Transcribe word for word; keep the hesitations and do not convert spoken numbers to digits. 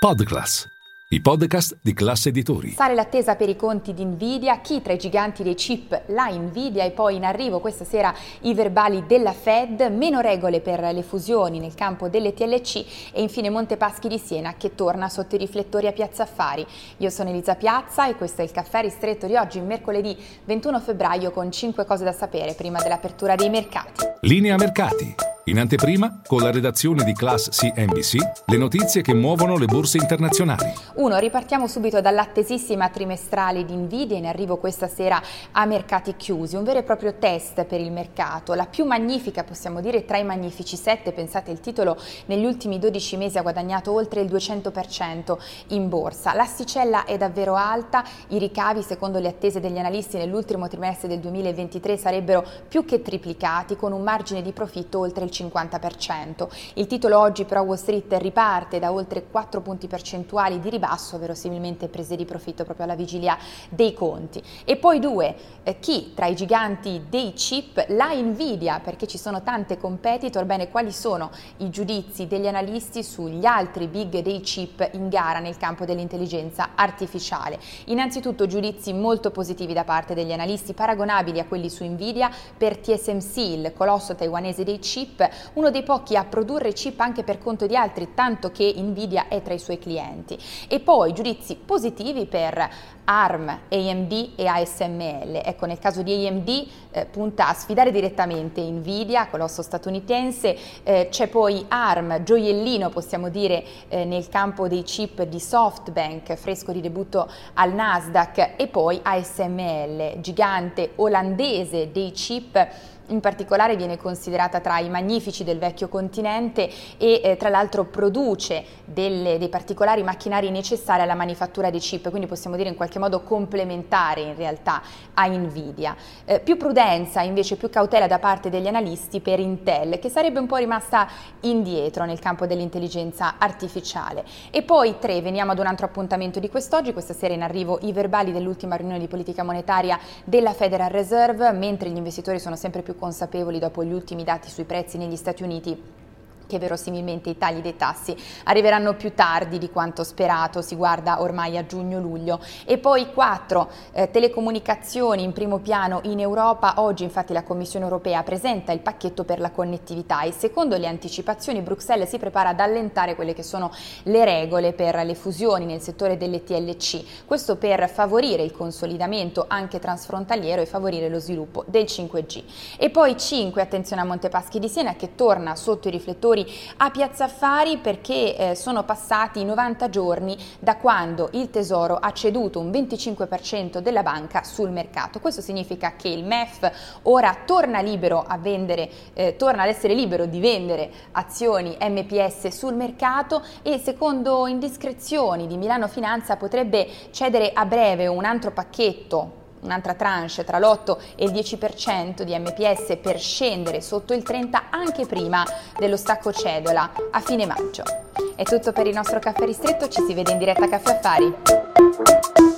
Podclass, i podcast di Class Editori. Sale l'attesa per i conti di Nvidia, chi tra i giganti dei chip la Nvidia, e poi in arrivo questa sera i verbali della Fed, meno regole per le fusioni nel campo delle T L C e infine Monte Paschi di Siena che torna sotto i riflettori a Piazza Affari. Io sono Elisa Piazza e questo è il caffè ristretto di oggi, mercoledì ventuno febbraio, con cinque cose da sapere prima dell'apertura dei mercati. Linea mercati. In anteprima, con la redazione di Class C N B C, le notizie che muovono le borse internazionali. uno. Ripartiamo subito dall'attesissima trimestrale di Nvidia, in arrivo questa sera a mercati chiusi. Un vero e proprio test per il mercato, la più magnifica, possiamo dire, tra i magnifici sette. Pensate, il titolo negli ultimi dodici mesi ha guadagnato oltre il duecento per cento in borsa. L'asticella è davvero alta, i ricavi, secondo le attese degli analisti, nell'ultimo trimestre del duemilaventitré sarebbero più che triplicati, con un margine di profitto oltre il cinquanta per cento. Il titolo oggi però a Wall Street riparte da oltre quattro punti percentuali di ribasso, verosimilmente prese di profitto proprio alla vigilia dei conti. E poi due, eh, chi tra i giganti dei chip la Nvidia, perché ci sono tante competitor. Bene, quali sono i giudizi degli analisti sugli altri big dei chip in gara nel campo dell'intelligenza artificiale? Innanzitutto giudizi molto positivi da parte degli analisti, paragonabili a quelli su Nvidia per T S M C, il colosso taiwanese dei chip, uno dei pochi a produrre chip anche per conto di altri, tanto che Nvidia è tra i suoi clienti. E poi giudizi positivi per ARM, A M D e A S M L. Ecco, nel caso di A M D eh, punta a sfidare direttamente Nvidia, colosso statunitense. Eh, c'è poi ARM, gioiellino possiamo dire eh, nel campo dei chip di SoftBank, fresco di debutto al Nasdaq, e poi A S M L, gigante olandese dei chip. In particolare viene considerata tra i magnifici del vecchio continente e eh, tra l'altro produce delle, dei particolari macchinari necessari alla manifattura dei chip, quindi possiamo dire in qualche modo complementare in realtà a Nvidia. Eh, più prudenza, invece più cautela da parte degli analisti per Intel, che sarebbe un po' rimasta indietro nel campo dell'intelligenza artificiale. E poi tre, veniamo ad un altro appuntamento di quest'oggi. Questa sera in arrivo i verbali dell'ultima riunione di politica monetaria della Federal Reserve, mentre gli investitori sono sempre più consapevoli dopo gli ultimi dati sui prezzi negli Stati Uniti che verosimilmente i tagli dei tassi arriveranno più tardi di quanto sperato, si guarda ormai a giugno-luglio. E poi quattro, eh, telecomunicazioni in primo piano in Europa. Oggi infatti la Commissione Europea presenta il pacchetto per la connettività e secondo le anticipazioni Bruxelles si prepara ad allentare quelle che sono le regole per le fusioni nel settore delle T L C, questo per favorire il consolidamento anche transfrontaliero e favorire lo sviluppo del cinque G. E poi cinque, attenzione a Monte Paschi di Siena che torna sotto i riflettori a Piazza Affari, perché eh, sono passati novanta giorni da quando il Tesoro ha ceduto un venticinque per cento della banca sul mercato. Questo significa che il M E F ora torna libero a vendere, eh, torna ad essere libero di vendere azioni M P S sul mercato e secondo indiscrezioni di Milano Finanza potrebbe cedere a breve un altro pacchetto, un'altra tranche tra l'otto e il dieci per cento di M P S per scendere sotto il trenta anche prima dello stacco cedola a fine maggio. È tutto per il nostro caffè ristretto, ci si vede in diretta a Caffè Affari.